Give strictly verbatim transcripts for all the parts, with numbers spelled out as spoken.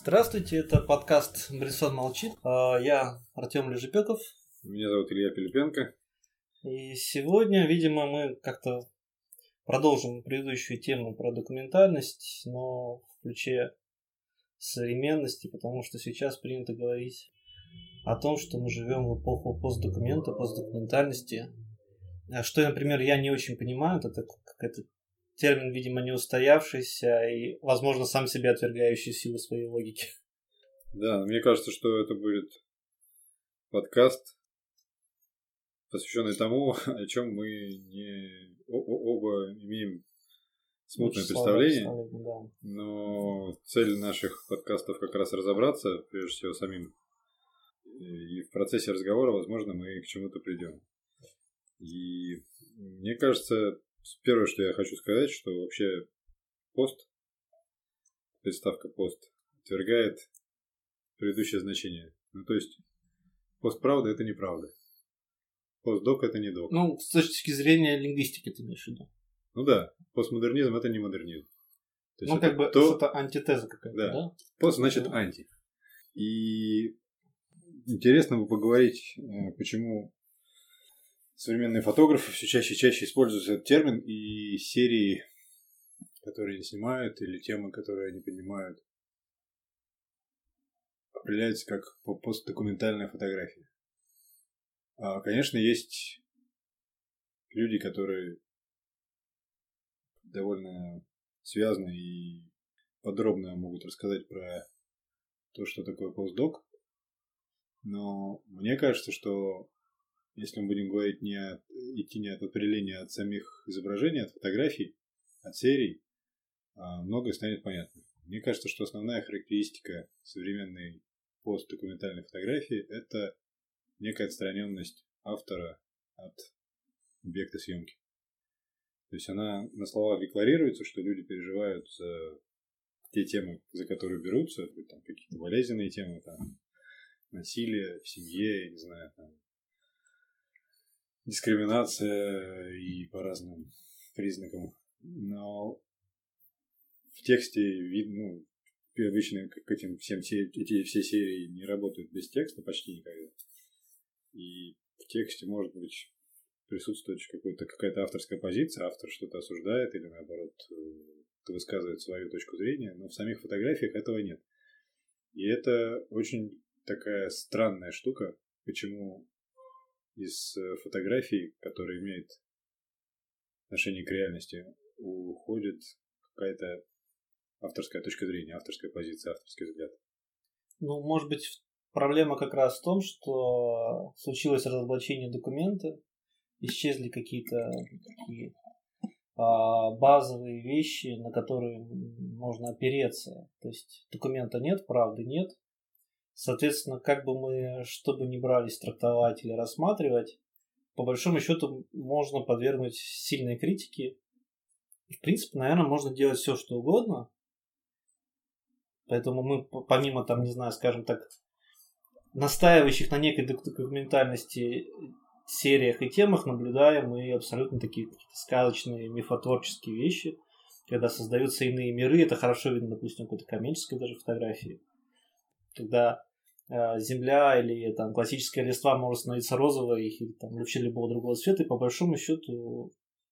Здравствуйте, это подкаст «Брисон молчит». Я Артем Лежепеков. Меня зовут Илья Пилипенко. И сегодня, видимо, мы как-то продолжим предыдущую тему про документальность, но в ключе современности, потому что сейчас принято говорить о том, что мы живем в эпоху постдокумента, постдокументальности. Что, например, я не очень понимаю, это какой-то термин, видимо, не устоявшийся и, возможно, сам себя отвергающий силу своей логики. Да, мне кажется, что это будет подкаст, посвященный тому, о чем мы не оба имеем смутное Очень представление. Да. Но цель наших подкастов как раз разобраться, прежде всего, самим. И в процессе разговора, возможно, мы к чему-то придем. И мне кажется, первое, что я хочу сказать, что вообще пост, приставка пост, отвергает предыдущее значение. Ну, то есть, постправда – это неправда. Постдок – это не док. Ну, с точки зрения лингвистики ты имеешь в виду. Ну да, постмодернизм – это не модернизм. То есть ну, как бы то... это антитеза какая-то, да? да? Пост значит да. анти. И интересно бы поговорить, почему современные фотографы все чаще и чаще используют этот термин, и серии, которые они снимают, или темы, которые они поднимают, определяются как постдокументальная фотография. А, конечно, есть люди, которые довольно связно и подробно могут рассказать про то, что такое постдок. Но мне кажется, что если мы будем говорить не от, идти не от определения от самих изображений, от фотографий, от серий, многое станет понятно. Мне кажется, что основная характеристика современной постдокументальной фотографии – это некая отстраненность автора от объекта съемки. То есть она на словах декларируется, что люди переживают за те темы, за которые берутся, там какие-то болезненные темы, там, насилие в семье, не знаю, там, дискриминация и по разным признакам. Но в тексте видно, ну, обычно к этим всем эти все серии не работают без текста почти никогда. И в тексте может быть присутствует какой-то, какая-то авторская позиция, автор что-то осуждает или наоборот высказывает свою точку зрения, но в самих фотографиях этого нет. И это очень такая странная штука, почему из фотографий, которые имеют отношение к реальности, уходит какая-то авторская точка зрения, авторская позиция, авторский взгляд. Ну, может быть, проблема как раз в том, что случилось разоблачение документа, исчезли какие-то такие а, базовые вещи, на которые можно опереться. То есть документа нет, правды нет. Соответственно, как бы мы что бы ни брались трактовать или рассматривать, по большому счету можно подвергнуть сильной критике. В принципе, наверное, можно делать все, что угодно. Поэтому мы, помимо, там, не знаю, скажем так, настаивающих на некой документальности сериях и темах, наблюдаем и абсолютно такие сказочные, мифотворческие вещи, когда создаются иные миры. Это хорошо видно, допустим, в какой-то коммерческой даже фотографии. Когда э, земля или там классическая листва может становиться розовой или там, вообще любого другого цвета, и по большому счету,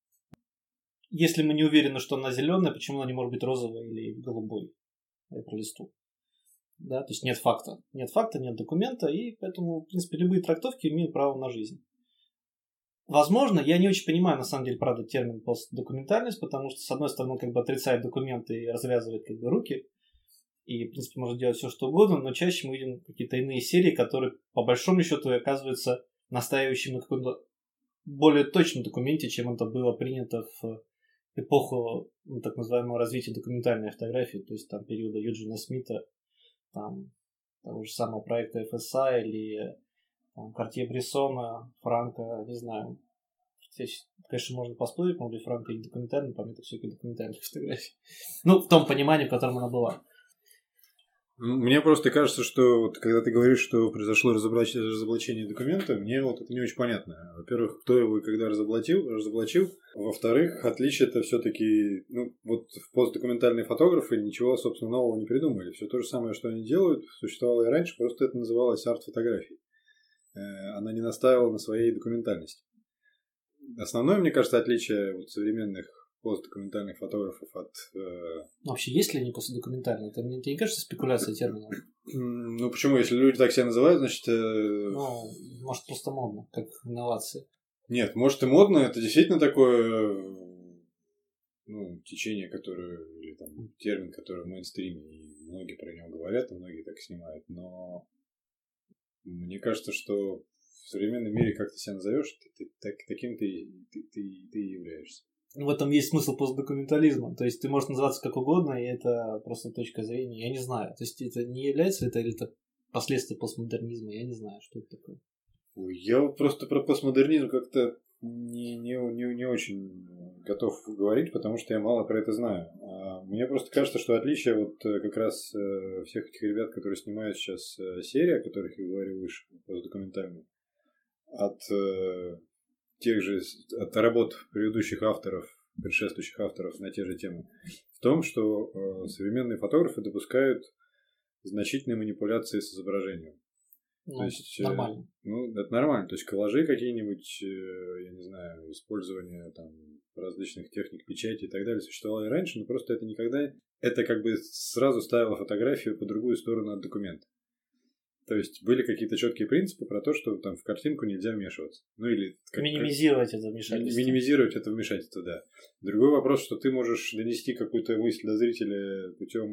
если мы не уверены, что она зеленая, почему она не может быть розовой или голубой? Я про листу. Да, то есть нет факта. Нет факта, нет документа, и поэтому, в принципе, любые трактовки имеют право на жизнь. Возможно, я не очень понимаю, на самом деле, правда, термин постдокументальность, потому что, с одной стороны, он как бы отрицает документы и развязывает как бы руки, и, в принципе, может делать все, что угодно, но чаще мы видим какие-то иные серии, которые, по большому счету, оказываются настаивающими на каком-то более точном документе, чем это было принято в эпоху, ну, так называемого развития документальной фотографии, то есть там периода Юджина Смита, там, того же самого проекта эф эс а или там, Картье-Брессона, Франка, не знаю. Здесь, конечно, можно поспорить, может быть, Франка и документальный, по мне это все-таки документальная фотография. Ну, в том понимании, в котором она была. Мне просто кажется, что вот когда ты говоришь, что произошло разоблач... разоблачение документа, мне вот это не очень понятно. Во-первых, кто его и когда разоблачил, разоблачил. Во-вторых, отличие это все-таки, ну, вот постдокументальные фотографы ничего, собственно, нового не придумали. Все то же самое, что они делают, существовало и раньше, просто это называлось арт-фотографией. Она не настаивала на своей документальности. Основное, мне кажется, отличие вот современных постдокументальных фотографов от... Э... Вообще, есть ли они постдокументальные? Это, мне не кажется, спекуляция термином. Ну, почему? Если люди так себя называют, значит... Э... Ну, может, просто модно, как инновация. Нет, может и модно. Это действительно такое, ну, течение, которое... Или там термин, который в мейнстриме. И многие про него говорят, и многие так снимают. Но мне кажется, что в современном мире, как ты себя назовешь, ты, ты, так, таким ты, ты, ты, ты и являешься. В этом есть смысл постдокументализма. То есть ты можешь называться как угодно, и это просто точка зрения. Я не знаю. То есть это не является это или это последствия постмодернизма? Я не знаю, что это такое. Ой, я просто про постмодернизм как-то не, не, не, не очень готов говорить, потому что я мало про это знаю. А мне просто кажется, что отличие вот как раз всех этих ребят, которые снимают сейчас серии, о которых я говорил выше, постдокументальные, от... тех же от работ предыдущих авторов, предшествующих авторов на те же темы, в том, что э, современные фотографы допускают значительные манипуляции с изображением. Ну, то есть, нормально. Э, ну, это нормально. То есть коллажи какие-нибудь, э, я не знаю, использование там различных техник печати и так далее существовало и раньше, но просто это никогда... Это как бы сразу ставило фотографию по другую сторону от документа. То есть были какие-то четкие принципы про то, что там в картинку нельзя вмешиваться. Ну или как, минимизировать как... это вмешательство. Минимизировать это вмешательство, да. Другой вопрос, что ты можешь донести какую-то мысль до зрителя путем,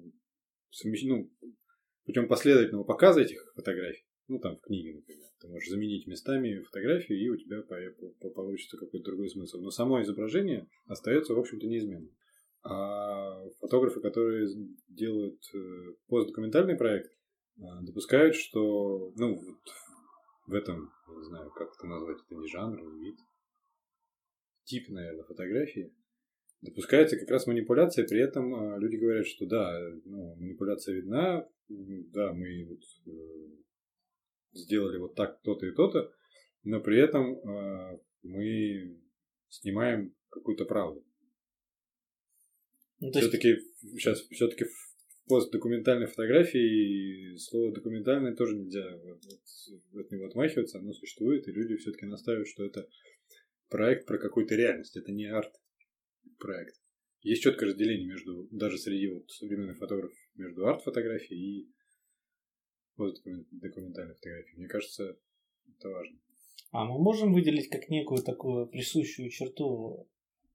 ну, путем последовательного показа этих фотографий. Ну там в книге, например. Ты можешь заменить местами фотографию, и у тебя получится какой-то другой смысл. Но само изображение остается, в общем-то, неизменным. А фотографы, которые делают постдокументальный проект, допускают, что, ну, вот в этом, я не знаю, как это назвать, это не жанр, не вид, тип, наверное, фотографии, допускается как раз манипуляция, при этом люди говорят, что да, ну, манипуляция видна, да, мы вот, э, сделали вот так то-то и то-то, но при этом э, мы снимаем какую-то правду. Ну, все-таки есть... сейчас все-таки в постдокументальной фотографии слово документальное тоже нельзя от, от него отмахиваться, оно существует, и люди все-таки настаивают, что это проект про какую-то реальность, это не арт-проект. Есть четкое разделение между, даже среди вот современных фотографов, между арт-фотографией и постдокументальной фотографией. Мне кажется, это важно. А мы можем выделить как некую такую присущую черту,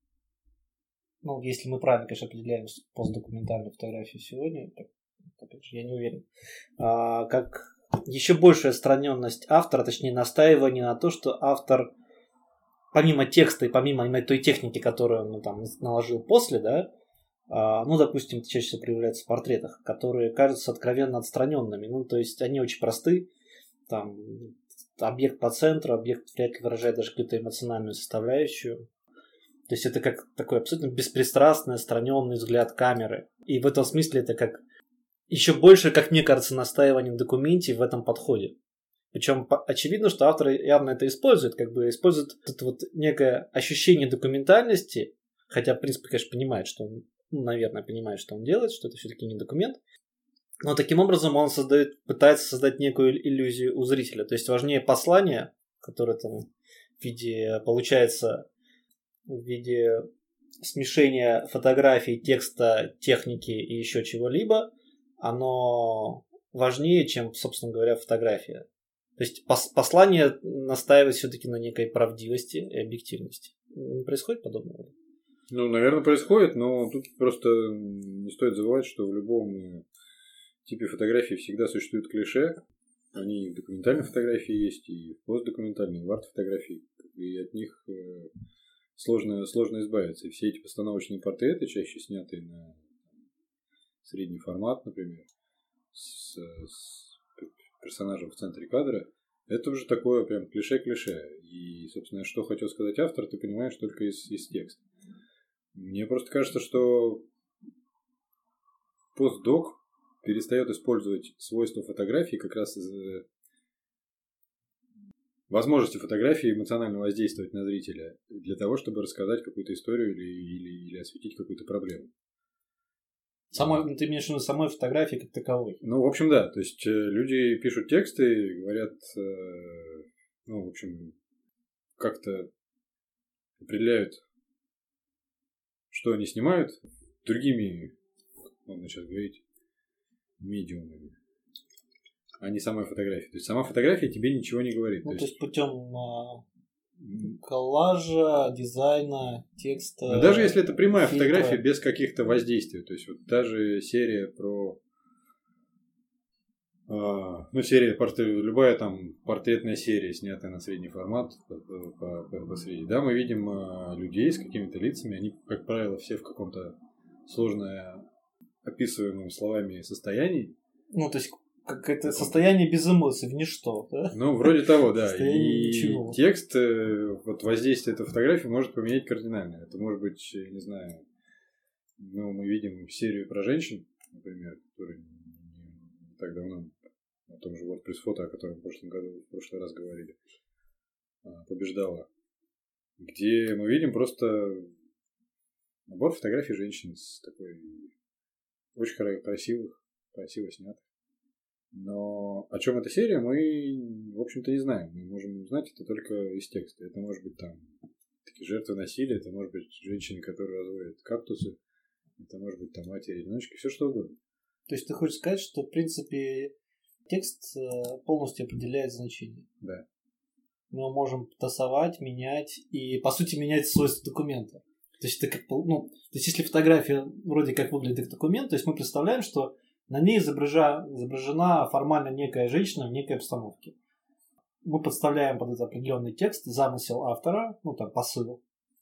ну, если мы правильно, конечно, определяем постдокументальную фотографию сегодня, так, опять же, я не уверен, а, как еще большая отстраненность автора, точнее, настаивание на то, что автор, помимо текста и помимо той техники, которую он, ну, там, наложил после, да, а, ну, допустим, это чаще всего проявляется в портретах, которые кажутся откровенно отстраненными, ну, то есть они очень просты, там, объект по центру, объект вряд ли выражает даже какую-то эмоциональную составляющую. То есть это как такой абсолютно беспристрастный, отстраненный взгляд камеры. И в этом смысле это как еще больше, как мне кажется, настаивание в документе в этом подходе. Причем очевидно, что автор явно это использует, как бы использует это вот некое ощущение документальности, хотя, в принципе, конечно, понимает, что он, ну, наверное, понимает, что он делает, что это все-таки не документ. Но таким образом он создает, пытается создать некую иллюзию у зрителя. То есть важнее послание, которое там в виде, получается, в виде смешения фотографий, текста, техники и еще чего-либо, оно важнее, чем, собственно говоря, фотография. То есть пос- послание настаивает все-таки на некой правдивости и объективности. Не происходит подобного? Ну, наверное, происходит, но тут просто не стоит забывать, что в любом типе фотографии всегда существуют клише. Они и в документальной фотографии есть, и в постдокументальной, и в арт-фотографии. И от них сложно, сложно избавиться. И все эти постановочные портреты, чаще снятые на средний формат, например, с, с персонажем в центре кадра, это уже такое прям клише-клише. И, собственно, что хотел сказать автор, ты понимаешь только из, из текста. Мне просто кажется, что постдок перестает использовать свойства фотографии как раз из возможности фотографии эмоционально воздействовать на зрителя для того, чтобы рассказать какую-то историю или, или, или осветить какую-то проблему. Самой, ты имеешь в виду самой фотографии как таковой? Ну, в общем, да. То есть люди пишут тексты, говорят, ну, в общем, как-то определяют, что они снимают другими, можно сейчас говорить, медиумами, а не самой фотографией. То есть сама фотография тебе ничего не говорит. Ну, то, то есть есть путем а, коллажа, дизайна, текста. Но даже если это прямая фильтра. фотография без каких-то воздействий. То есть вот даже серия про а, ну, серия, портрет, любая там портретная серия, снятая на средний формат по, по, по, по средней, да, мы видим а, людей с какими-то лицами, они, как правило, все в каком-то сложное описываемым словами состоянии. Ну, то есть какое-то состояние без эмоций, в ничто, да? Ну, вроде того, да. И ничего. Текст, вот воздействие этой фотографии может поменять кардинально. Это может быть, я не знаю, ну, мы видим серию про женщин, например, которые не так давно на том же вот пресс-фото, о котором в прошлом году, в прошлый раз говорили, побеждала, где мы видим просто набор фотографий женщин с такой очень красивых, красиво снятых. Но о чем эта серия, мы, в общем-то, не знаем. Мы можем узнать это только из текста. Это может быть там такие жертвы насилия, это может быть женщины, которые разводят кактусы, это может быть там матери-одиночки, все что угодно. То есть ты хочешь сказать, что в принципе текст полностью определяет значение? Да. Мы можем тасовать, менять и, по сути, менять свойства документа. То есть, это как, ну, то есть если фотография вроде как выглядит как документ, то есть мы представляем, что на ней изображена, изображена формально некая женщина в некой обстановке. Мы подставляем под этот определенный текст замысел автора, ну там посыл.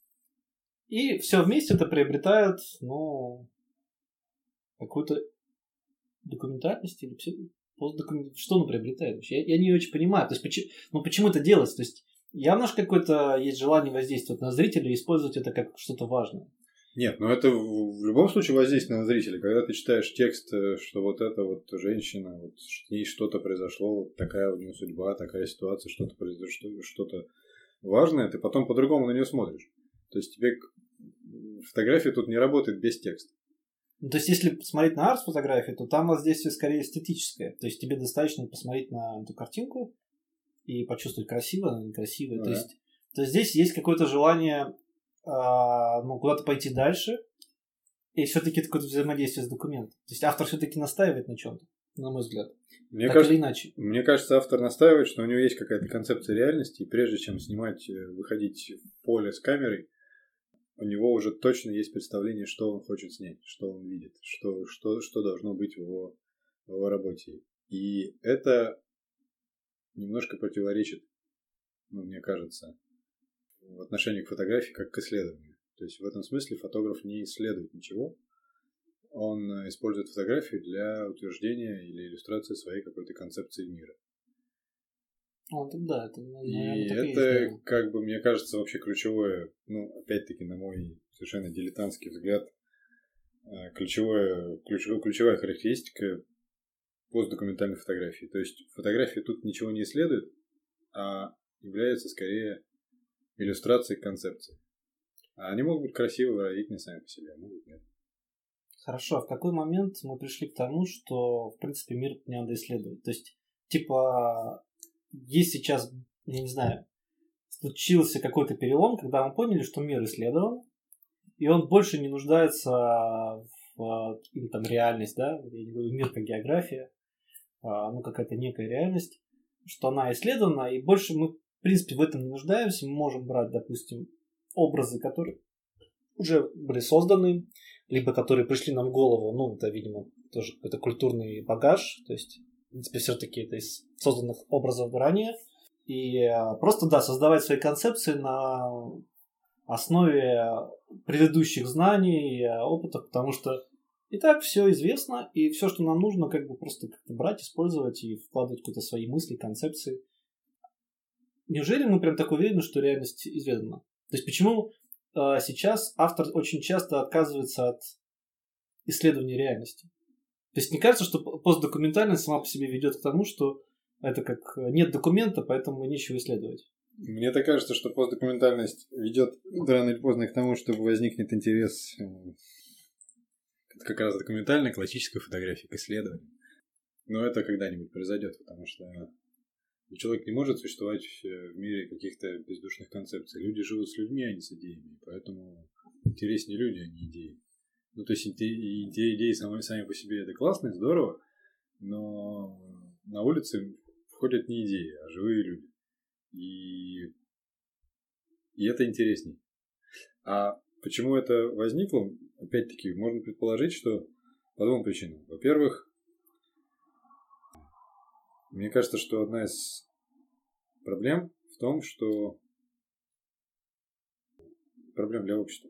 И все вместе это приобретает, ну, какую-то документальность или постдокумент... Что оно приобретает вообще? Я, я не очень понимаю. То есть, почему, ну, почему это делается? То есть, явно же какое-то есть желание воздействовать на зрителя и использовать это как что-то важное. Нет, но это в любом случае воздействие на зрителя. Когда ты читаешь текст, что вот эта вот женщина, вот с ней что-то произошло, вот такая у нее судьба, такая ситуация, что-то произошло, что-то важное, ты потом по-другому на нее смотришь. То есть тебе фотография тут не работает без текста. Ну, то есть, если посмотреть на арт-фотографию, то там воздействие скорее эстетическое. То есть, тебе достаточно посмотреть на эту картинку и почувствовать, красиво она, некрасиво. Ну, то, да. есть, то есть, здесь есть какое-то желание а, ну, куда-то пойти дальше, и все-таки какое-то взаимодействие с документом. То есть, автор все-таки настаивает на чем-то, на мой взгляд. Мне так кажется, или иначе. Мне кажется, автор настаивает, что у него есть какая-то концепция реальности, и прежде чем снимать, выходить в поле с камерой, у него уже точно есть представление, что он хочет снять, что он видит, что, что, что должно быть в его, в его работе. И это немножко противоречит, ну, мне кажется, в отношении к фотографии как к исследованию. То есть в этом смысле фотограф не исследует ничего, он использует фотографию для утверждения или иллюстрации своей какой-то концепции мира. Ну, это да, это, наверное, и так это, и есть, да. как бы, мне кажется, вообще ключевое, ну, опять-таки, на мой совершенно дилетантский взгляд, ключевое, ключевая, ключевая характеристика постдокументальной фотографии. То есть фотография тут ничего не исследует, а является скорее иллюстрацией концепции. А они могут быть красивы, выразительны сами по себе, а могут нет. Хорошо, а в какой момент мы пришли к тому, что, в принципе, мир не надо исследовать? То есть, типа, есть сейчас, я не знаю, случился какой-то перелом, когда мы поняли, что мир исследован, и он больше не нуждается в или там реальность, да, я не говорю мир как география, а, ну какая-то некая реальность, что она исследована, и больше мы, в принципе, в этом не нуждаемся, мы можем брать, допустим, образы, которые уже были созданы, либо которые пришли нам в голову, ну, это, видимо, тоже какой-то культурный багаж, то есть, в принципе, все-таки это из созданных образов ранее, и просто, да, создавать свои концепции на основе предыдущих знаний и опытов, потому что и так все известно, и все, что нам нужно, как бы просто как-то брать, использовать и вкладывать какие-то свои мысли, концепции. Неужели мы прям так уверены, что реальность изведана? То есть почему сейчас автор очень часто отказывается от исследования реальности? То есть не кажется, что постдокументальность сама по себе ведет к тому, что это как нет документа, поэтому нечего исследовать? Мне так кажется, что постдокументальность ведет рано или поздно к тому, чтобы возникнет интерес как раз документальной, классической фотографии к исследованию. Но это когда-нибудь произойдет, потому что человек не может существовать в мире каких-то бездушных концепций. Люди живут с людьми, а не с идеями. Поэтому интереснее люди, а не идеи. Ну, то есть идеи, идеи сами, сами по себе это классно, здорово, но на улице входят не идеи, а живые люди. И, и это интересней. А почему это возникло? Опять-таки, можно предположить, что по двум причинам. Во-первых, мне кажется, что одна из проблем в том, что проблем для общества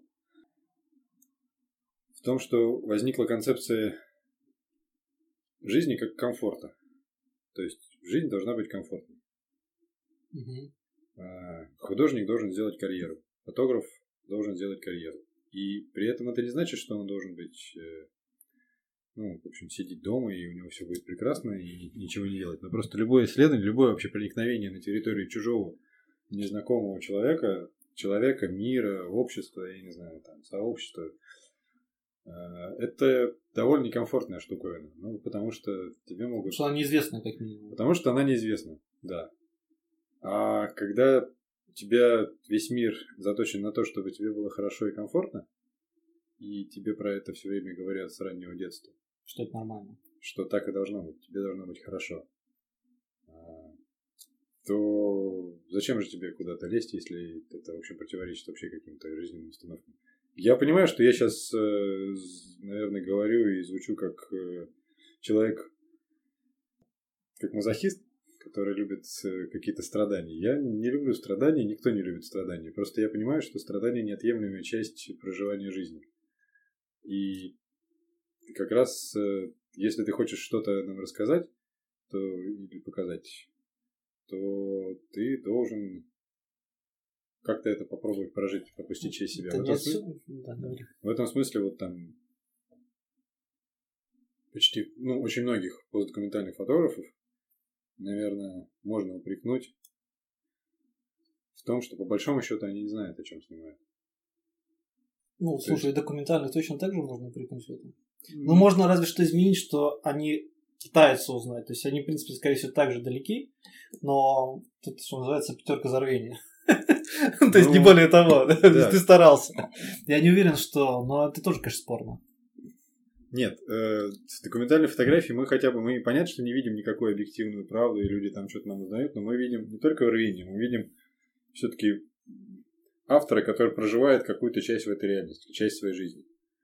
в том, что возникла концепция жизни как комфорта. То есть жизнь должна быть комфортной. Угу. Художник должен сделать карьеру, фотограф должен сделать карьеру. И при этом это не значит, что он должен быть, ну, в общем, сидеть дома, и у него все будет прекрасно, и ничего не делать. Но просто любое исследование, любое вообще проникновение на территорию чужого, незнакомого человека, человека, мира, общества, я не знаю, там, сообщества, это довольно некомфортная штуковина. Ну, потому что тебе могут... Потому что она неизвестна, как минимум. Потому что она неизвестна, да. А когда у тебя весь мир заточен на то, чтобы тебе было хорошо и комфортно, и тебе про это все время говорят с раннего детства. Что это нормально. Что так и должно быть. Тебе должно быть хорошо. То зачем же тебе куда-то лезть, если это, в общем, противоречит вообще каким-то жизненным установкам? Я понимаю, что я сейчас, наверное, говорю и звучу как человек, как мазохист, который любит какие-то страдания. Я не люблю страдания, никто не любит страдания. Просто я понимаю, что страдания – неотъемлемая часть проживания жизни. И как раз, если ты хочешь что-то нам рассказать, то, или показать, то ты должен как-то это попробовать прожить, пропустить через себя. В этом, смысле, да, в этом смысле вот там почти, ну, очень многих постдокументальных фотографов, наверное, можно упрекнуть в том, что по большому счету они не знают, о чем снимают. Ну, То слушай, есть... документальных точно так же можно упрекнуть в этом. Mm. Ну, можно разве что изменить, что они пытаются узнать. То есть они, в принципе, скорее всего, так же далеки, но тут, что называется, пятерка за рвение. То есть не более того, ты старался. Я не уверен, что... Но это тоже, конечно, спорно. Нет, с документальной фотографией мы хотя бы, мы понятно, что не видим никакую объективную правду, и люди там что-то нам узнают, но мы видим не только рвение, мы видим все-таки автора, который проживает какую-то часть в этой реальности, часть своей жизни.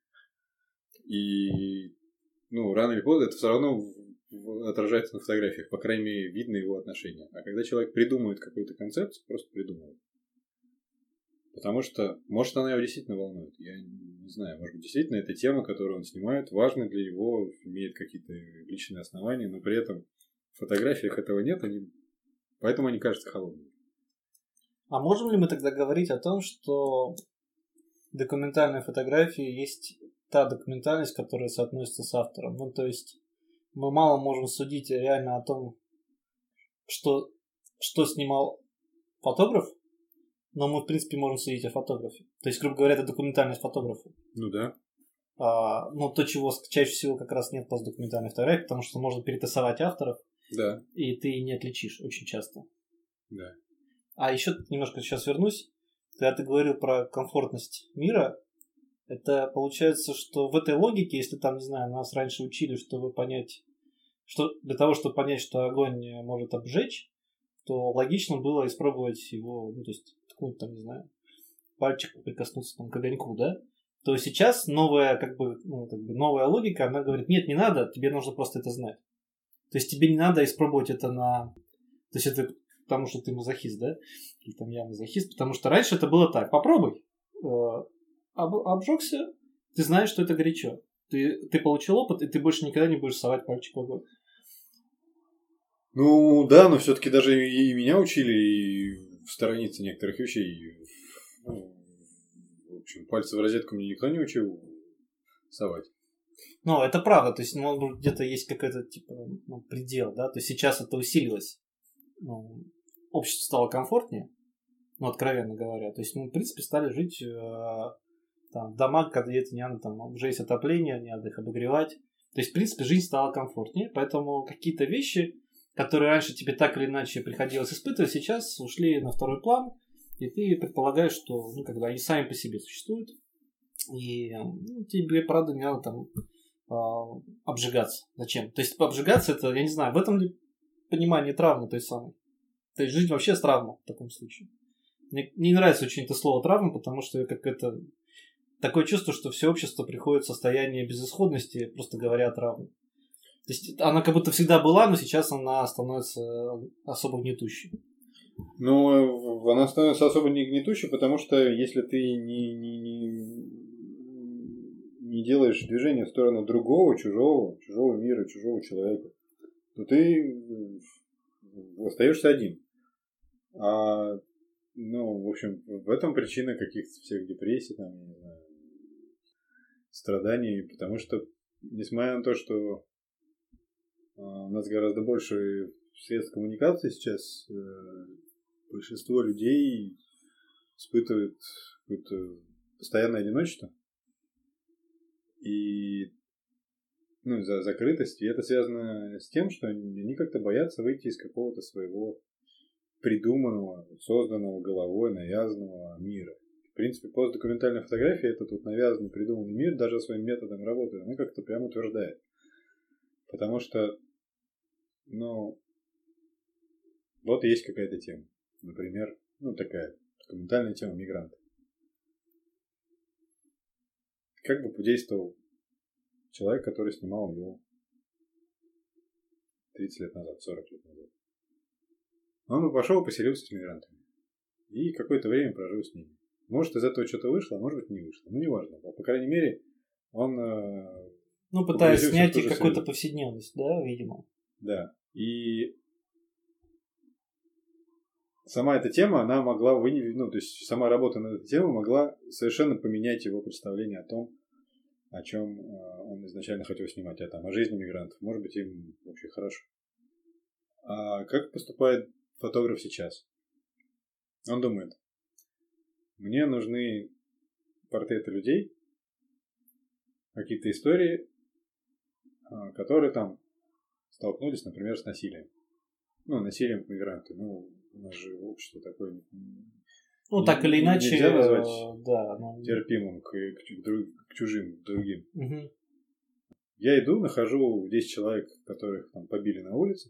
И, ну, рано или поздно это все равно отражается на фотографиях, по крайней мере, видно его отношение. А когда человек придумывает какую-то концепцию, просто придумывает. Потому что, может, она его действительно волнует. Я не знаю, может быть, действительно эта тема, которую он снимает, важна для него, имеет какие-то личные основания, но при этом в фотографиях этого нет, они... поэтому они кажутся холодными. А можем ли мы тогда говорить о том, что документальная фотография есть та документальность, которая соотносится с автором? Ну, то есть мы мало можем судить реально о том, что, что снимал фотограф, но мы, в принципе, можем судить о фотографе. То есть, грубо говоря, это документальность фотографа. Ну да. А, ну, то, чего чаще всего как раз нет постдокументальной фотографии, потому что можно перетасовать авторов, да. И ты не отличишь очень часто. Да. А еще немножко сейчас вернусь. Когда ты говорил про комфортность мира, это получается, что в этой логике, если там, не знаю, нас раньше учили, чтобы понять, что для того, чтобы понять, что огонь может обжечь, то логично было испробовать его, ну, то есть, ткнуть там, не знаю, пальчик прикоснуться там к огоньку, да? То сейчас новая, как бы, ну, как бы новая логика, она говорит, нет, не надо, тебе нужно просто это знать. То есть тебе не надо испробовать это на... То есть это потому, что ты мазохист, да? Или там я мазохист, потому что раньше это было так. Попробуй. Об, обжегся, ты знаешь, что это горячо. Ты, ты получил опыт, и ты больше никогда не будешь совать пальчик в огонь. Ну да, но все-таки даже и меня учили и сторониться некоторых вещей. Ну, в общем, пальцы в розетку мне никто не учил совать. Ну, это правда, то есть, ну, где-то есть какой-то, типа, ну, предел, да, то есть сейчас это усилилось. Ну, общество стало комфортнее, ну, откровенно говоря. То есть мы, в принципе, стали жить э, там, в домах, когда где-то не надо, там, уже есть отопление, не надо их обогревать. То есть, в принципе, жизнь стала комфортнее, поэтому какие-то вещи, которые раньше тебе так или иначе приходилось испытывать, сейчас ушли на второй план, и ты предполагаешь, что, ну, когда они сами по себе существуют, и ну, тебе, правда, не надо там э, обжигаться. Зачем? То есть, обжигаться, это, я не знаю, в этом ли понимание травмы той самой. То есть, жизнь вообще с травмой в таком случае. Мне не нравится очень это слово травма, потому что как это такое чувство, что все общество приходит в состояние безысходности, просто говоря о травме. То есть она как будто всегда была, но сейчас она становится особо гнетущей. Ну, она становится особо не гнетущей, потому что если ты не, не, не, не делаешь движение в сторону другого, чужого, чужого мира, чужого человека, то ты остаешься один. А Ну, в общем, в этом причина каких-то всех депрессий, там, я не знаю, страданий, потому что, несмотря на то, что а, у нас гораздо больше средств коммуникации сейчас, э, большинство людей испытывает какое-то постоянное одиночество и ну, за закрытость, и это связано с тем, что они как-то боятся выйти из какого-то своего придуманного, созданного головой, навязанного мира. В принципе, постдокументальная фотография, это тут навязанный, придуманный мир, даже своим методом работы, она как-то прямо утверждает. Потому что, ну, вот есть какая-то тема. Например, ну, такая документальная тема мигранта. Как бы подействовал человек, который снимал его тридцать лет назад, сорок лет назад. Он бы пошел и поселился с мигрантами. И какое-то время прожил с ними. Может, из этого что-то вышло, а может быть, не вышло. Ну, неважно. По крайней мере, он... Ну, пытаясь снять их какую-то повседневность, да, видимо. Да. И сама эта тема, она могла вынести... Ну, то есть, сама работа над этой темой могла совершенно поменять его представление о том, о чем он изначально хотел снимать. А там, о жизни мигрантов. Может быть, им вообще хорошо. А как поступает фотограф сейчас? Он думает, мне нужны портреты людей, какие-то истории, которые там столкнулись, например, с насилием. Ну, насилием мигранты. Ну, у нас же общество такое... Ну, не, так или иначе... Нельзя назвать да, но... терпимым к, к, к, к чужим, к другим. Угу. Я иду, нахожу десять человек, которых там побили на улице,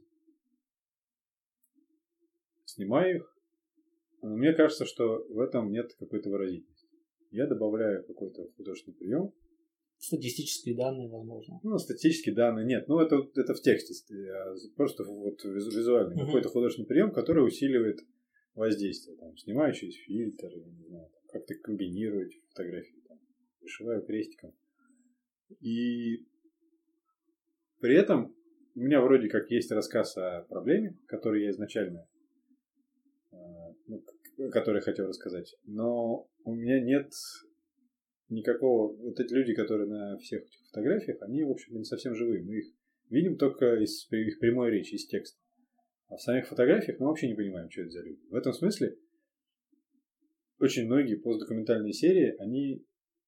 снимаю их. Но мне кажется, что в этом нет какой-то выразительности. Я добавляю какой-то художественный прием. Статистические данные, возможно. Ну, статистические данные нет. Ну, это, это в тексте. Просто вот визуальный uh-huh. какой-то художественный прием, который усиливает воздействие. Там, снимаю через фильтр, я не знаю, как-то комбинировать фотографии. Там, вышиваю крестиком. И при этом у меня вроде как есть рассказ о проблеме, который я изначально ну, который я хотел рассказать. Но у меня нет никакого... Вот эти люди, которые на всех этих фотографиях, они, в общем-то, не совсем живые. Мы их видим только из их прямой речи, из текста. А в самих фотографиях мы вообще не понимаем, что это за люди. В этом смысле очень многие постдокументальные серии, они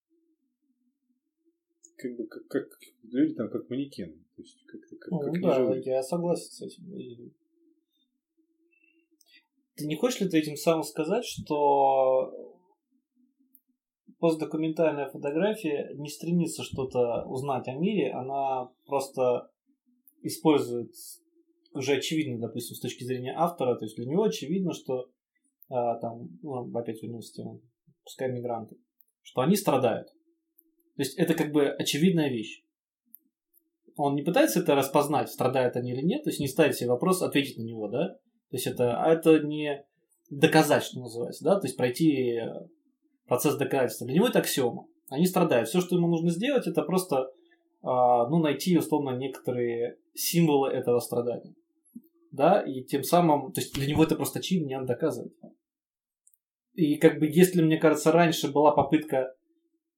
как бы как, как люди там как манекены. То есть как, как, ну, как да, неживые. Я согласен с этим. Ты не хочешь ли ты этим самым сказать, что постдокументальная фотография не стремится что-то узнать о мире, она просто использует уже очевидно, допустим, с точки зрения автора, то есть для него очевидно, что а, там, ну, опять вернемся к теме, пускай мигранты, что они страдают. То есть это как бы очевидная вещь. Он не пытается это распознать, страдают они или нет, то есть не ставит себе вопрос, ответить на него, да? То есть это, а это не доказать, что называется, да, то есть пройти процесс доказательства. Для него это аксиома. Они страдают. Все, что ему нужно сделать, это просто а, ну, найти, условно, некоторые символы этого страдания. Да, и тем самым, то есть для него это просто очевидно, не надо доказывать. И как бы если, мне кажется, раньше была попытка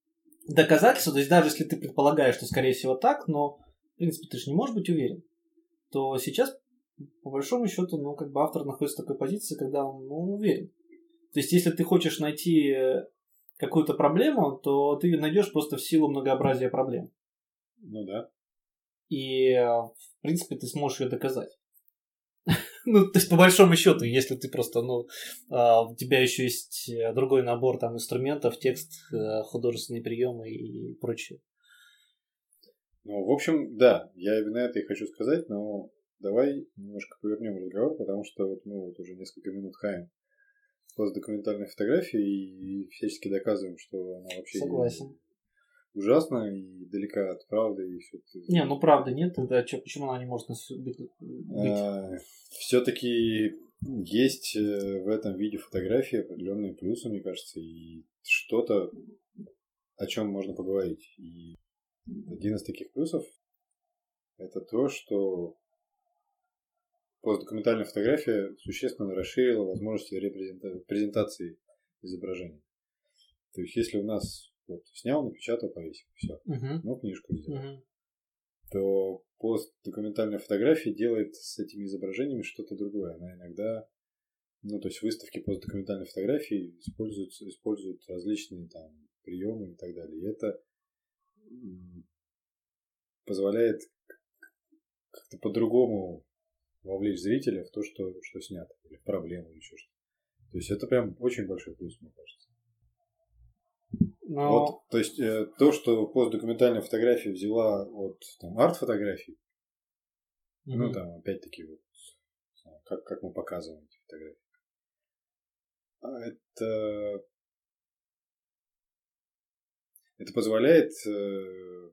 доказательства, то есть даже если ты предполагаешь, что скорее всего так, но в принципе ты же не можешь быть уверен, то сейчас по большому счету, ну, как бы автор находится в такой позиции, когда он, ну, уверен. То есть если ты хочешь найти какую-то проблему, то ты ее найдешь просто в силу многообразия проблем. Ну да. И, в принципе, ты сможешь ее доказать. Ну, то есть, по большому счету, если ты просто, ну, у тебя еще есть другой набор там инструментов, текст, художественные приемы и прочее. Ну, в общем, да, я именно это и хочу сказать, но давай немножко повернем разговор, потому что вот мы вот уже несколько минут хаем постдокументальной фотографии и всячески доказываем, что она вообще Согласен. ужасна и далека от правды и все это. Не, ну правды нет, тогда чё, почему она не может нас быть? А, все-таки есть в этом виде фотографии определенные плюсы, мне кажется, и что-то, о чем можно поговорить. И один из таких плюсов это то, что постдокументальная фотография существенно расширила возможности репрезента... презентации изображений. То есть, если у нас вот, снял, напечатал, повесил, все, uh-huh. ну, книжку сделал, uh-huh. то постдокументальная фотография делает с этими изображениями что-то другое. Она иногда, ну, то есть, выставки постдокументальной фотографии используют, используют различные там приемы и так далее. И это позволяет как-то по-другому вовлечь зрителя в то, что, что снято, или в проблему, или еще что-то. То есть это прям очень большой плюс, мне кажется. Но... Вот, то есть э, то, что постдокументальная фотография взяла от там, арт-фотографий, mm-hmm. ну там опять-таки вот, как, как мы показываем эти фотографии, это, это позволяет э,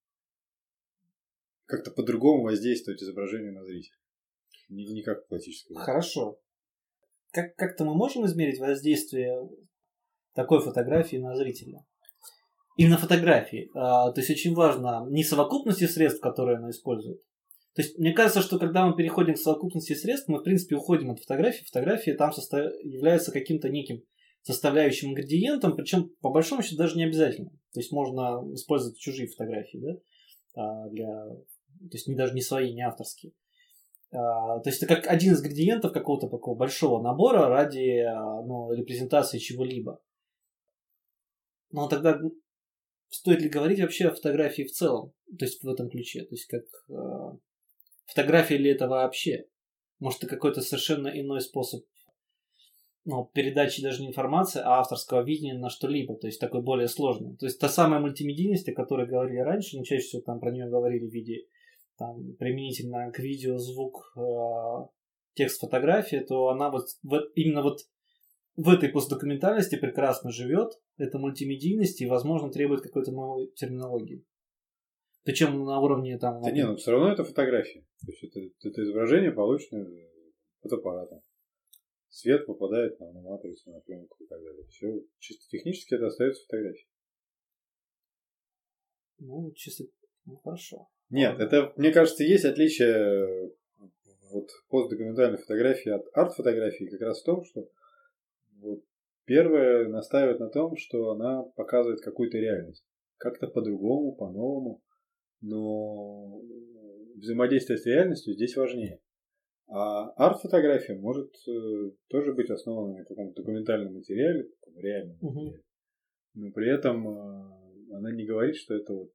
как-то по-другому воздействовать изображению на зрителя. Не, не как классическое. Хорошо. Как, как-то мы можем измерить воздействие такой фотографии на зрителя? Именно фотографии. А, то есть очень важно не совокупности средств, которые она использует. То есть мне кажется, что когда мы переходим к совокупности средств, мы в принципе уходим от фотографии. Фотография там состав... является каким-то неким составляющим ингредиентом, причем по большому счету даже не обязательно. То есть можно использовать чужие фотографии, да, а, для... то есть не, даже не свои, не авторские. Uh, то есть это как один из ингредиентов какого-то такого большого набора ради uh, ну, репрезентации чего-либо. Но тогда стоит ли говорить вообще о фотографии в целом? То есть в этом ключе. То есть как uh, фотография ли это вообще? Может, это какой-то совершенно иной способ ну, передачи даже не информации, а авторского видения на что-либо. То есть такой более сложный. То есть та самая мультимедийность, о которой говорили раньше, но чаще всего там про нее говорили в виде там, применительно к видео, звук, э, текст, фотография, то она вот, вот именно вот в этой постдокументальности прекрасно живет, это мультимедийность и, возможно, требует какой-то новой терминологии. Причем на уровне там... Да нет, но все равно это фотография. То есть это, это изображение, полученное фотоаппаратом. Свет попадает на, на матрицу, на пленку и так далее. Все чисто технически это остается фотографией. Ну, чисто... Ну, хорошо. Нет, это, мне кажется, есть отличие вот, постдокументальной фотографии от арт-фотографии как раз в том, что вот, первая настаивает на том, что она показывает какую-то реальность. Как-то по-другому, по-новому. Но взаимодействие с реальностью здесь важнее. А арт-фотография может э, тоже быть основана на каком-то документальном материале, таком реальном материале. Uh-huh. Но при этом э, она не говорит, что это вот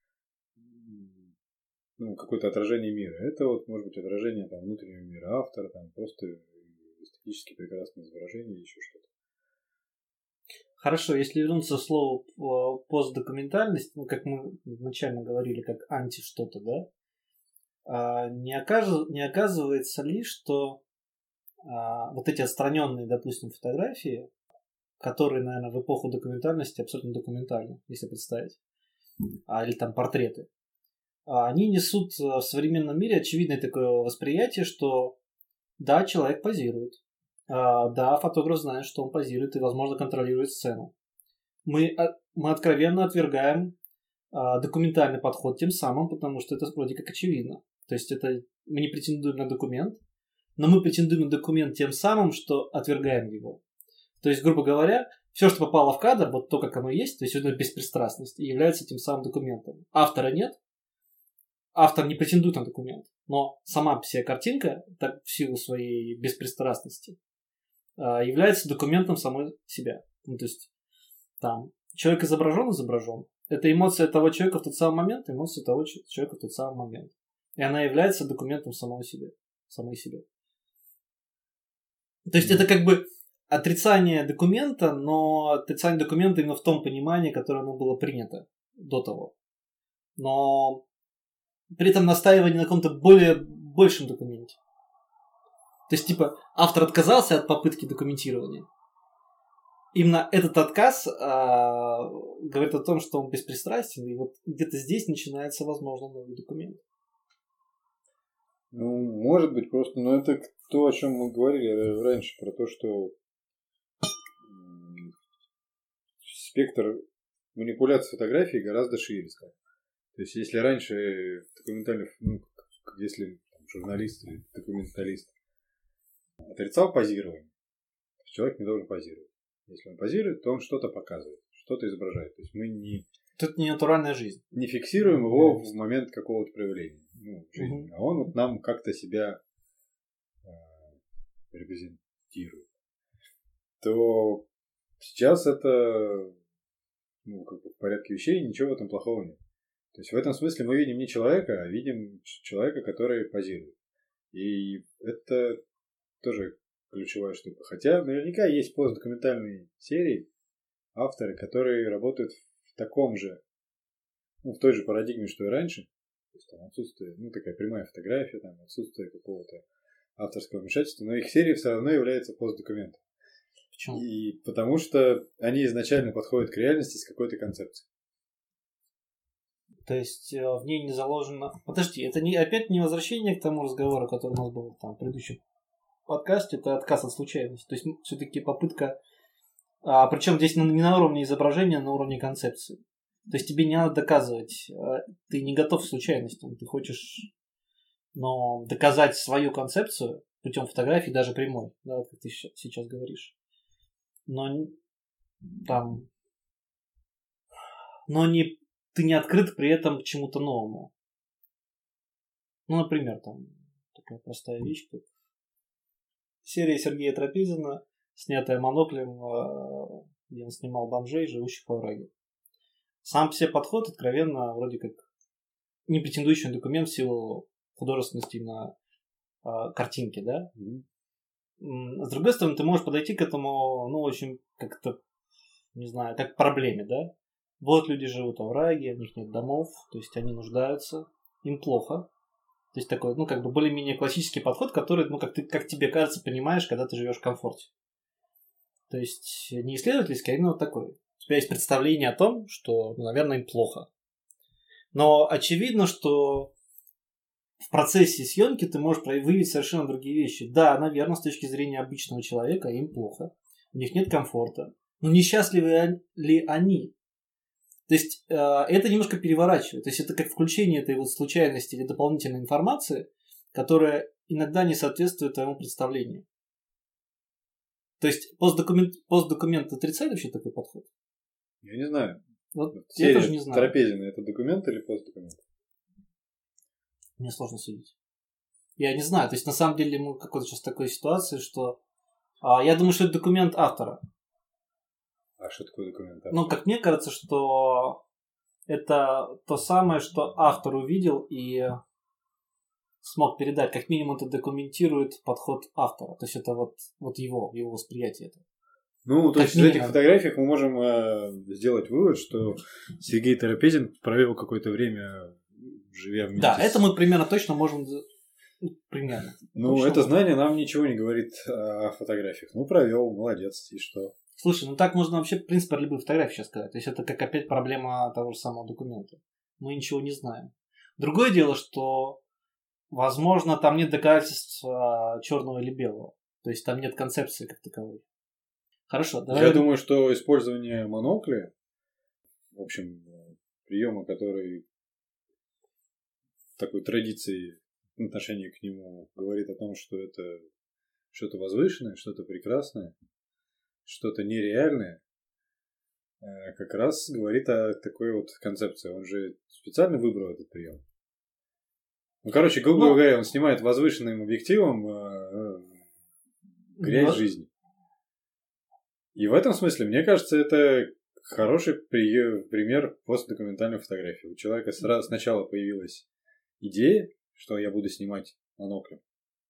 ну, какое-то отражение мира. Это вот может быть отражение там, внутреннего мира автора, там просто эстетически прекрасное изображение или еще что-то. Хорошо, если вернуться к слову постдокументальность, ну, как мы изначально говорили, как анти что-то, да, а, не, оказ... не оказывается ли, что а, вот эти отстраненные, допустим, фотографии, которые, наверное, в эпоху документальности абсолютно документальны, если представить, а, или там портреты, они несут в современном мире очевидное такое восприятие, что да, человек позирует, да, фотограф знает, что он позирует и, возможно, контролирует сцену. Мы, мы откровенно отвергаем документальный подход тем самым, потому что это вроде как очевидно. То есть это мы не претендуем на документ, но мы претендуем на документ тем самым, что отвергаем его. То есть, грубо говоря, все, что попало в кадр, вот то, как оно есть, то есть это беспристрастность, и является тем самым документом. Автора нет, автор не претендует на документ, но сама по себе картинка, так, в силу своей беспристрастности, является документом самой себя. Ну, то есть там человек изображен, изображен. Это эмоция того человека в тот самый момент, эмоция того человека в тот самый момент. И она является документом самого себя, самой себе. То есть mm-hmm. это как бы отрицание документа, но отрицание документа именно в том понимании, которое оно было принято до того. Но при этом настаивание на каком-то более большем документе. То есть, типа, автор отказался от попытки документирования. Именно этот отказ а, говорит о том, что он беспристрастен, и вот где-то здесь начинается, возможно, новый документ. Ну, может быть, просто, но это то, о чем мы говорили раньше, про то, что спектр манипуляций фотографией гораздо шире стал. То есть, если раньше документальный, ну, если там, журналист или документалист отрицал позирование, человек не должен позировать. Если он позирует, то он что-то показывает, что-то изображает. То есть мы не... Тут не натуральная жизнь. Не фиксируем его в момент какого-то проявления, ну, в жизни. Угу. А он вот нам как-то себя э, репрезентирует. То сейчас это, ну, как бы в порядке вещей, ничего в этом плохого нет. То есть в этом смысле мы видим не человека, а видим человека, который позирует. И это тоже ключевая штука. Хотя наверняка есть постдокументальные серии, авторы, которые работают в таком же, ну, в той же парадигме, что и раньше. То есть там отсутствие, ну, такая прямая фотография, там отсутствие какого-то авторского вмешательства, но их серия все равно является постдокументом. Почему? И потому что они изначально подходят к реальности с какой-то концепцией. То есть в ней не заложено... Подожди, это не, опять не возвращение к тому разговору, который у нас был там в предыдущем подкасте, это отказ от случайности. То есть все-таки попытка... А, причем здесь не на уровне изображения, а на уровне концепции. То есть тебе не надо доказывать. Ты не готов к случайностям. Ты хочешь, но доказать свою концепцию путем фотографии, даже прямой, да, как ты сейчас говоришь. Но там... Но не... ты не открыт при этом к чему-то новому. Ну, например, там такая простая вещь, как серия Сергея Трапезина, снятая моноклем, где он снимал бомжей, живущих во враге. Сам по себе подход откровенно вроде как не претендующий на документ в силу художественности на э, картинке, да? Mm-hmm. С другой стороны, ты можешь подойти к этому, ну, очень как-то, не знаю, как к проблеме, да? Вот люди живут во враге, у них нет домов, то есть они нуждаются, им плохо. То есть такой, ну, как бы более-менее классический подход, который, ну, как, ты, как тебе кажется, понимаешь, когда ты живешь в комфорте. То есть не исследовательский, а именно вот такой. У тебя есть представление о том, что, ну, наверное, им плохо. Но очевидно, что в процессе съемки ты можешь выявить совершенно другие вещи. Да, наверное, с точки зрения обычного человека им плохо. У них нет комфорта. Но несчастливы ли они? То есть э, это немножко переворачивает. То есть это как включение этой вот случайности или дополнительной информации, которая иногда не соответствует твоему представлению. То есть постдокумент, постдокумент отрицает вообще такой подход? Я не знаю. Вот я тоже не знаю. Трапезина — это документ или постдокумент? Мне сложно судить. Я не знаю. То есть на самом деле мы в какой-то сейчас такой ситуации, что а, я думаю, что это документ автора. А что такое документ автора? Ну, как мне кажется, что это то самое, что автор увидел и смог передать. Как минимум это документирует подход автора. То есть это вот, вот его, его восприятие этого. Ну, то есть из этих фотографий мы можем э, сделать вывод, что Сергей Трапезин провел какое-то время, живя вместе. Да, с... это мы примерно точно можем... Примерно. Ну, точно это знание нам ничего не говорит о фотографиях. Ну, провел, молодец, и что? Слушай, ну так можно вообще, в принципе, про любые фотографии сейчас сказать. То есть это как опять проблема того же самого документа. Мы ничего не знаем. Другое дело, что, возможно, там нет доказательств черного или белого. То есть там нет концепции как таковой. Хорошо, давай. Я думаю, что использование монокля, в общем, приема, который такой традиции отношение к нему говорит о том, что это что-то возвышенное, что-то прекрасное, что-то нереальное, как раз говорит о такой вот концепции. Он же специально выбрал этот прием. Ну, короче, грубо ну, говоря, он снимает возвышенным объективом э, грязь ну, жизни. И в этом смысле, мне кажется, это хороший при, пример постдокументальной фотографии. У человека сразу, сначала появилась идея, что я буду снимать моноклем.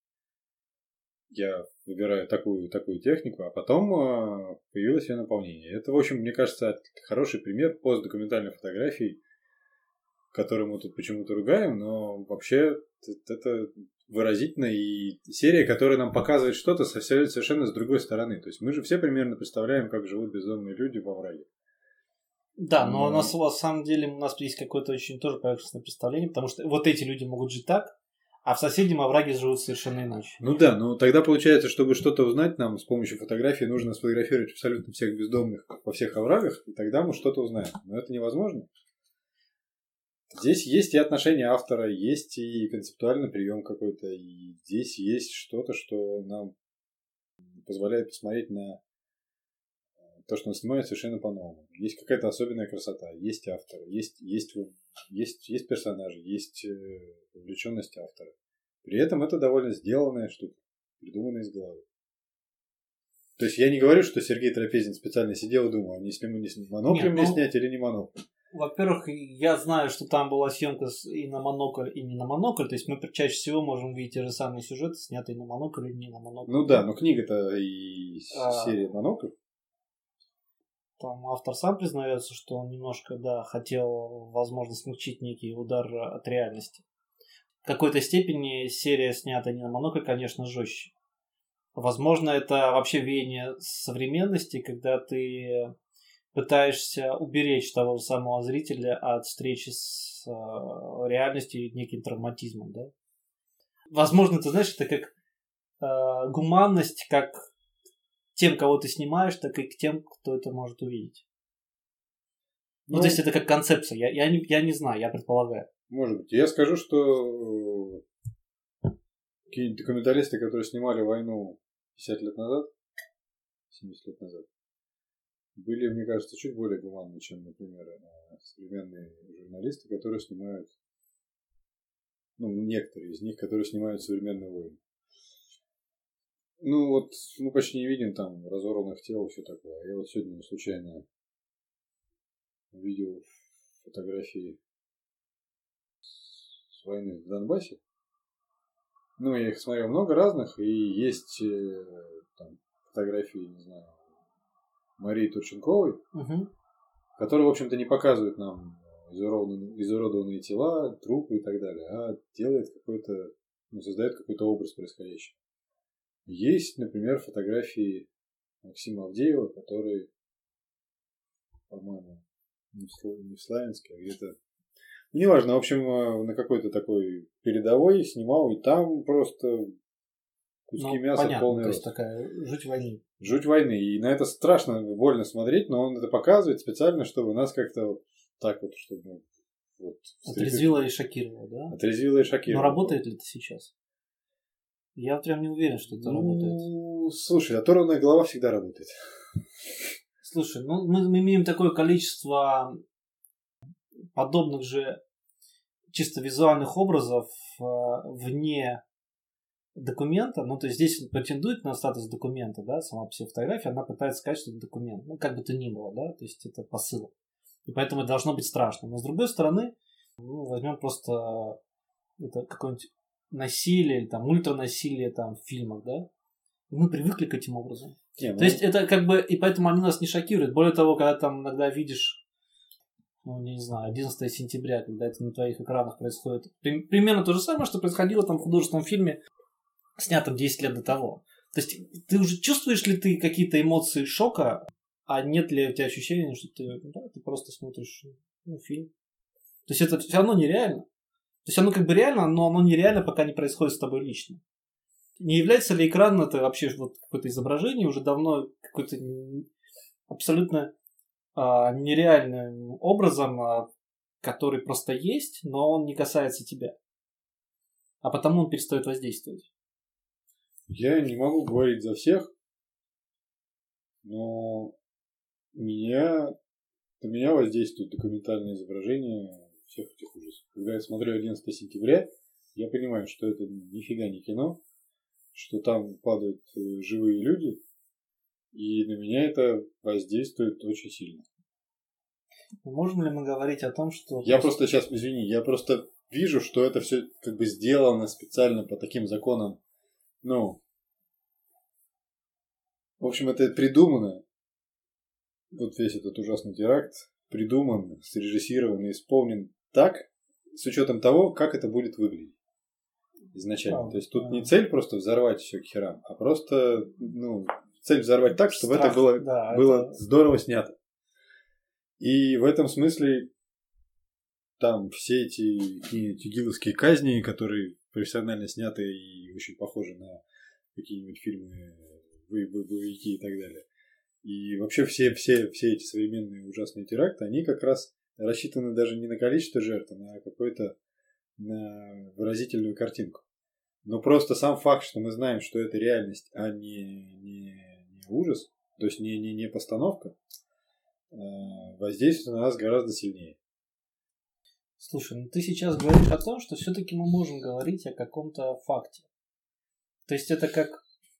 Я выбираю такую такую технику, а потом э, появилось ее наполнение. Это, в общем, мне кажется, хороший пример постдокументальной фотографии, которую мы тут почему-то ругаем, но вообще это выразительно и серия, которая нам показывает что-то совершенно с другой стороны. То есть мы же все примерно представляем, как живут бездомные люди во враге. Да, но, но... у нас, на самом деле, у нас есть какое-то очень тоже поверхностное представление, потому что вот эти люди могут жить так, а в соседнем овраге живут совершенно иначе. Ну да, но тогда получается, чтобы что-то узнать нам с помощью фотографии, нужно сфотографировать абсолютно всех бездомных во всех оврагах, и тогда мы что-то узнаем. Но это невозможно. Здесь есть и отношение автора, есть и концептуальный прием какой-то, и здесь есть что-то, что нам позволяет посмотреть на то, что он снимает совершенно по-новому. Есть какая-то особенная красота, есть автор, есть, есть, есть, есть персонажи, есть вовлеченность автора. При этом это довольно сделанная штука, придуманная из головы. То есть я не говорю, что Сергей Трапезин специально сидел и думал, а не сниму, не моноклем мне ну... снять или не моноклем. Во-первых, я знаю, что там была съемка и на монокль, и не на монокль. То есть мы чаще всего можем видеть те же самые сюжеты, снятые на монокль или не на монокль. Ну да, но книга-то и а... серия монокль. Там автор сам признается, что он немножко, да, хотел, возможно, смягчить некий удар от реальности. В какой-то степени серия, снята не на монокль, конечно, жестче. Возможно, это вообще веяние современности, когда ты пытаешься уберечь того же самого зрителя от встречи с э, реальностью и неким травматизмом, да? Возможно, ты знаешь, это как э, гуманность, как тем, кого ты снимаешь, так и к тем, кто это может увидеть. Ну, ну то есть это как концепция. Я, я, не, я не знаю, я предполагаю. Может быть. Я скажу, что какие-нибудь документалисты, которые снимали войну пятьдесят лет назад, семьдесят лет назад, были, мне кажется, чуть более гуманны, чем, например, современные журналисты, которые снимают, ну, некоторые из них, которые снимают современные войны. Ну, вот мы почти не видим там разорванных тел и все такое. Я вот сегодня случайно увидел фотографии с войны в Донбассе. Ну, я их смотрел много разных, и есть там фотографии, не знаю, Марии Турченковой, угу. которые, в общем-то, не показывают нам изуродованные, изуродованные тела, трупы и так далее, а делает какой-то, ну, создает какой-то образ происходящего. Есть, например, фотографии Максима Авдеева, который, по-моему, не в Славянске, а где-то, неважно, в общем, на какой-то такой передовой снимал, и там просто куски ну, мяса понятно, полный то рост. есть такая жуть войны. Жуть войны. И на это страшно, больно смотреть, но он это показывает специально, чтобы нас как-то вот так вот, чтобы... Вот, отрезвило и шокировало, да? Отрезвило и шокировало. Но работает ли это сейчас? Я прям не уверен, что это ну, работает. Слушай, оторванная голова всегда работает. Слушай, ну мы, мы имеем такое количество подобных же чисто визуальных образов э, вне документа. Ну, то есть здесь претендует на статус документа, да, сама по себе фотография, она пытается сказать, что это документ. Ну, как бы то ни было, да, то есть это посыл. И поэтому это должно быть страшно. Но с другой стороны, ну, возьмем просто это какое-нибудь насилие, или там ультранасилие там в фильмах, да, и мы привыкли к этим образом. Не, ну... То есть это как бы, и поэтому они нас не шокируют. Более того, когда там иногда видишь, ну, не знаю, одиннадцатого сентября, когда это на твоих экранах происходит, примерно то же самое, что происходило там в художественном фильме, снятом десять лет до того. То есть ты уже чувствуешь ли ты какие-то эмоции шока, а нет ли у тебя ощущения, что ты, да, ты просто смотришь, ну, фильм. То есть это все равно нереально. То есть оно как бы реально, но оно нереально, пока не происходит с тобой лично. Не является ли экран это вообще вот какое-то изображение уже давно какой-то абсолютно а, нереальным образом, а, который просто есть, но он не касается тебя. А потому он перестает воздействовать. Я не могу говорить за всех, но меня на меня воздействует документальное изображение всех этих ужасов. Когда я смотрю одиннадцатое сентября, я понимаю, что это нифига не кино, что там падают живые люди, и на меня это воздействует очень сильно. Можем ли мы говорить о том, что... Я просто сейчас, извини, я просто вижу, что это все как бы сделано специально по таким законам. Ну, в общем, это придумано. Вот весь этот ужасный теракт придуман, срежиссирован и исполнен так, с учетом того, как это будет выглядеть изначально. А, То есть тут а... не цель просто взорвать все к херам, а просто, ну, цель взорвать так, чтобы Страх, это было, да, было это... здорово снято. И в этом смысле там все эти тигиловские казни, которые профессионально сняты и очень похожи на какие-нибудь фильмы, боевики и так далее. И вообще все, все, все эти современные ужасные теракты, они как раз рассчитаны даже не на количество жертв, а на какую-то на выразительную картинку. Но просто сам факт, что мы знаем, что это реальность, а не, не, не ужас, то есть не, не, не постановка, воздействует на нас гораздо сильнее. Слушай, ну ты сейчас говоришь о том, что все-таки мы можем говорить о каком-то факте. То есть это как...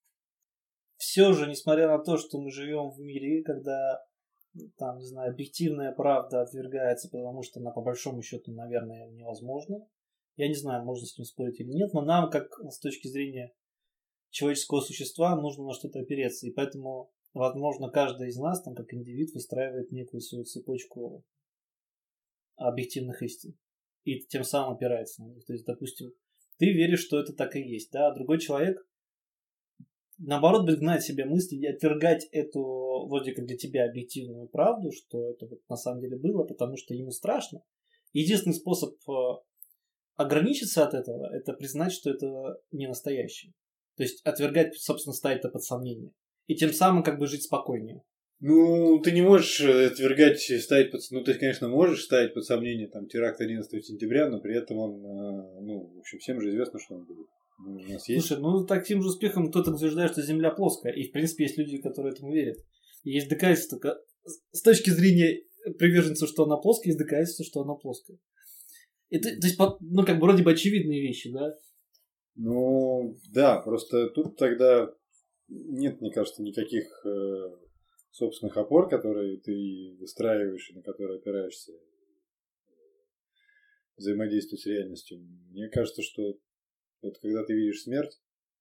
Все же, несмотря на то, что мы живем в мире, когда, там, не знаю, объективная правда отвергается, потому что она, по большому счету, наверное, невозможна. Я не знаю, можно с ним спорить или нет, но нам, как с точки зрения человеческого существа, нужно на что-то опереться. И поэтому, возможно, каждый из нас, там, как индивид, выстраивает некую свою цепочку объективных истин. И тем самым опирается на них. То есть, допустим, ты веришь, что это так и есть, да, а другой человек наоборот, будет гнать себе мысли и отвергать эту, вроде как для тебя, объективную правду, что это вот на самом деле было, потому что ему страшно. Единственный способ ограничиться от этого, это признать, что это не настоящее. То есть отвергать, собственно, ставить это под сомнение. И тем самым как бы жить спокойнее. Ну, ты не можешь отвергать, ставить под... Ну, ты, конечно, можешь ставить под сомнение там теракт одиннадцатого сентября, но при этом он, ну, в общем, всем же известно, что он будет. У нас есть... Слушай, ну таким же успехом кто-то утверждает, что Земля плоская. И в принципе есть люди, которые этому верят. И есть доказательства. С точки зрения приверженцев, что она плоская, есть доказательства, что она плоская. Это, то есть, ну, как бы вроде бы очевидные вещи, да? Ну, да, просто тут тогда нет, мне кажется, никаких э, собственных опор, которые ты выстраиваешь и на которые опираешься взаимодействовать с реальностью. Мне кажется, что вот когда ты видишь смерть,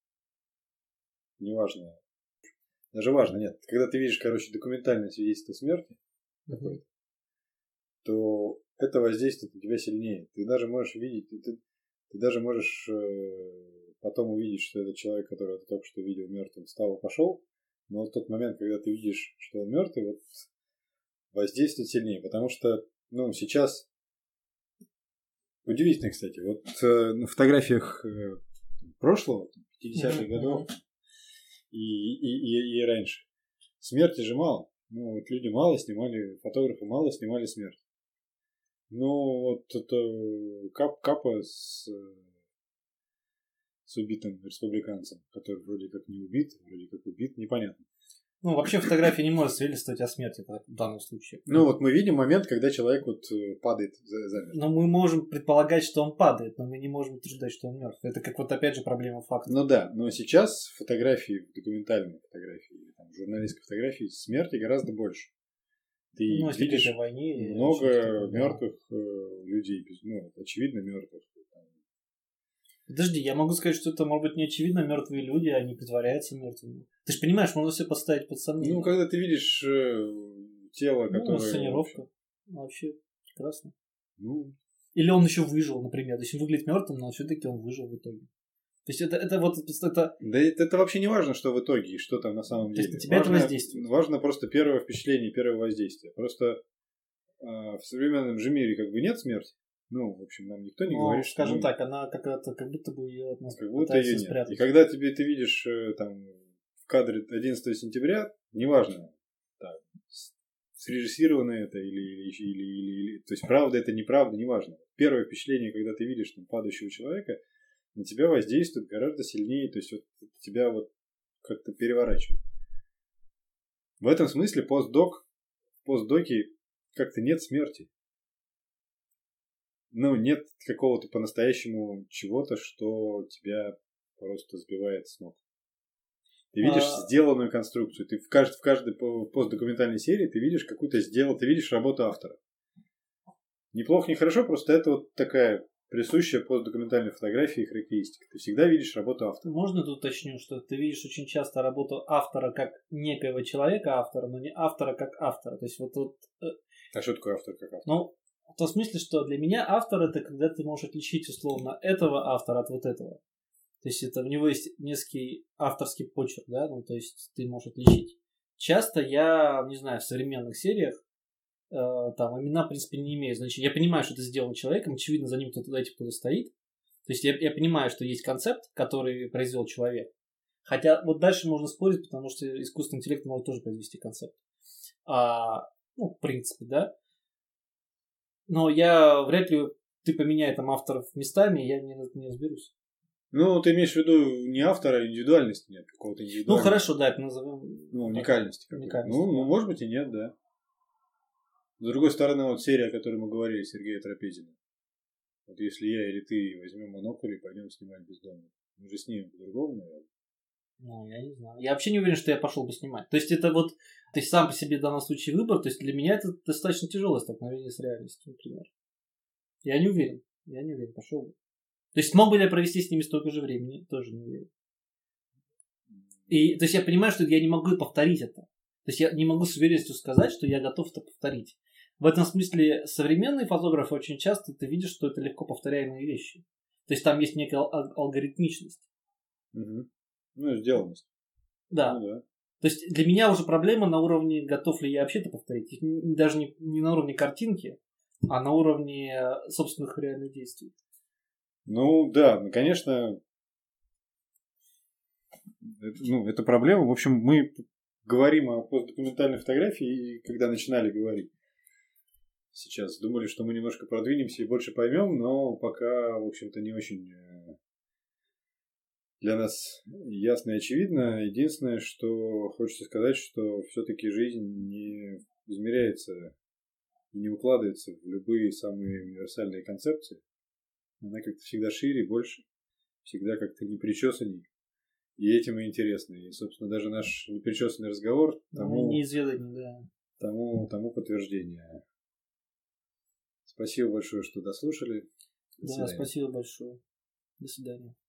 неважно, даже важно, нет, когда ты видишь, короче, документальное свидетельство смерти, uh-huh. то это воздействует на тебя сильнее. Ты даже можешь видеть, ты, ты даже можешь э, потом увидеть, что этот человек, которого ты только что видел мертвым, встал и пошел, но в тот момент, когда ты видишь, что он мертвый, вот воздействует сильнее, потому что, ну, сейчас удивительно, кстати, вот э, на фотографиях э, прошлого, пятидесятых mm-hmm. годов и, и, и, и раньше смерти же мало. Ну, вот люди мало снимали, фотографы мало снимали смерть. Ну, вот это кап, капа с, с убитым республиканцем, который вроде как не убит, вроде как убит, непонятно. Ну, вообще фотография не может свидетельствовать о смерти в данном случае. Ну, вот мы видим момент, когда человек вот падает замертво. Но мы можем предполагать, что он падает, но мы не можем утверждать, что он мертв. Это как вот опять же проблема факта. Ну да, но сейчас фотографии, документальные фотографии, или там журналистской фотографии смерти гораздо больше. Ты ну, видишь войне, много мертвых да. людей, ну, очевидно мертвых. Подожди, я могу сказать, что это, может быть, не очевидно мертвые люди, они притворяются мертвыми. Ты же понимаешь, можно все поставить под сомнение. Ну, когда ты видишь э, тело, ну, которое... сценировка. Вообще прекрасно. Ну... Или он еще выжил, например. То есть он выглядит мертвым, но все-таки он выжил в итоге. То есть это, это вот... Это... Да это, это вообще не важно, что в итоге и что там на самом деле. То есть на тебя важно, это воздействует. Важно просто первое впечатление, первое воздействие. Просто э, в современном же мире как бы нет смерти. Ну, в общем, нам никто не ну, говорит, что... Скажем мы... так, она как-то, как будто бы ее от нас как будто ее нет. Спрятать. И когда тебе, ты видишь там в кадре одиннадцатого сентября, неважно, так, срежиссировано это или, или, или, или, или... То есть, правда это, неправда, неважно. Первое впечатление, когда ты видишь там падающего человека, на тебя воздействует гораздо сильнее, то есть, вот тебя вот как-то переворачивает. В этом смысле постдок, постдоки как-то нет смерти. Ну, нет какого-то по-настоящему чего-то, что тебя просто сбивает с ног. Ты видишь а... сделанную конструкцию. Ты в, кажд... в каждой постдокументальной серии ты видишь какую-то сделал, ты видишь работу автора. Неплохо, не хорошо, просто это вот такая присущая постдокументальной фотографии характеристика. Ты всегда видишь работу автора. Можно тут уточню, что ты видишь очень часто работу автора как некоего человека автора, но не автора как автора. То есть вот тут... А что такое автор как автор? Ну, в том смысле, что для меня автор это когда ты можешь отличить условно этого автора от вот этого. То есть это у него есть несколько авторский почерк, да, ну то есть ты можешь отличить. Часто я, не знаю, в современных сериях э, там имена, в принципе, не имеют значения. Я понимаю, что это сделано человеком, очевидно, за ним кто-то, этим кто-то стоит. То есть я, я понимаю, что есть концепт, который произвел человек. Хотя вот дальше можно спорить, потому что искусственный интеллект может тоже произвести концепт. А, ну, в принципе, да. Но я вряд ли ты поменяй там авторов местами, я не, не разберусь. Ну, ты имеешь в виду не автора, а индивидуальности нет, какого-то индивидуального. Ну, хорошо, да, это назовем... Ну, уникальности. уникальности ну, да. ну, может быть и нет, да. С другой стороны, вот серия, о которой мы говорили, Сергея Трапезина. Вот если я или ты возьмем монокль и пойдем снимать «Бездомных», мы же снимем по-другому, наверное. Ну, я не знаю. Я вообще не уверен, что я пошел бы снимать. То есть это вот, то есть сам по себе в данном случае выбор, то есть для меня это достаточно тяжелое столкновение с реальностью, например. Я не уверен. Я не уверен, пошел бы. То есть смог бы ли я провести с ними столько же времени? Тоже не уверен. И, то есть я понимаю, что я не могу повторить это. То есть я не могу с уверенностью сказать, что я готов это повторить. В этом смысле современные фотографы очень часто ты видишь, что это легко повторяемые вещи. То есть там есть некая ал- алгоритмичность. Угу. Ну, сделанность. Да. Ну, да. То есть для меня уже проблема на уровне, готов ли я вообще это повторить. Даже не, не на уровне картинки, а на уровне собственных реальных действий. Ну, да, ну, конечно, это, ну, это проблема. В общем, мы говорим о постдокументальной фотографии, и когда начинали говорить сейчас, думали, что мы немножко продвинемся и больше поймем, но пока, в общем-то, не очень для нас ясно и очевидно. Единственное, что хочется сказать, что все-таки жизнь не измеряется и не укладывается в любые самые универсальные концепции. Она как-то всегда шире, больше, всегда как-то непричесанней. И этим и интересно. И, собственно, даже наш непричесанный разговор тому, ну, неизведанный, да. тому, тому подтверждение. Спасибо большое, что дослушали. До да, свидания. Спасибо большое. До свидания.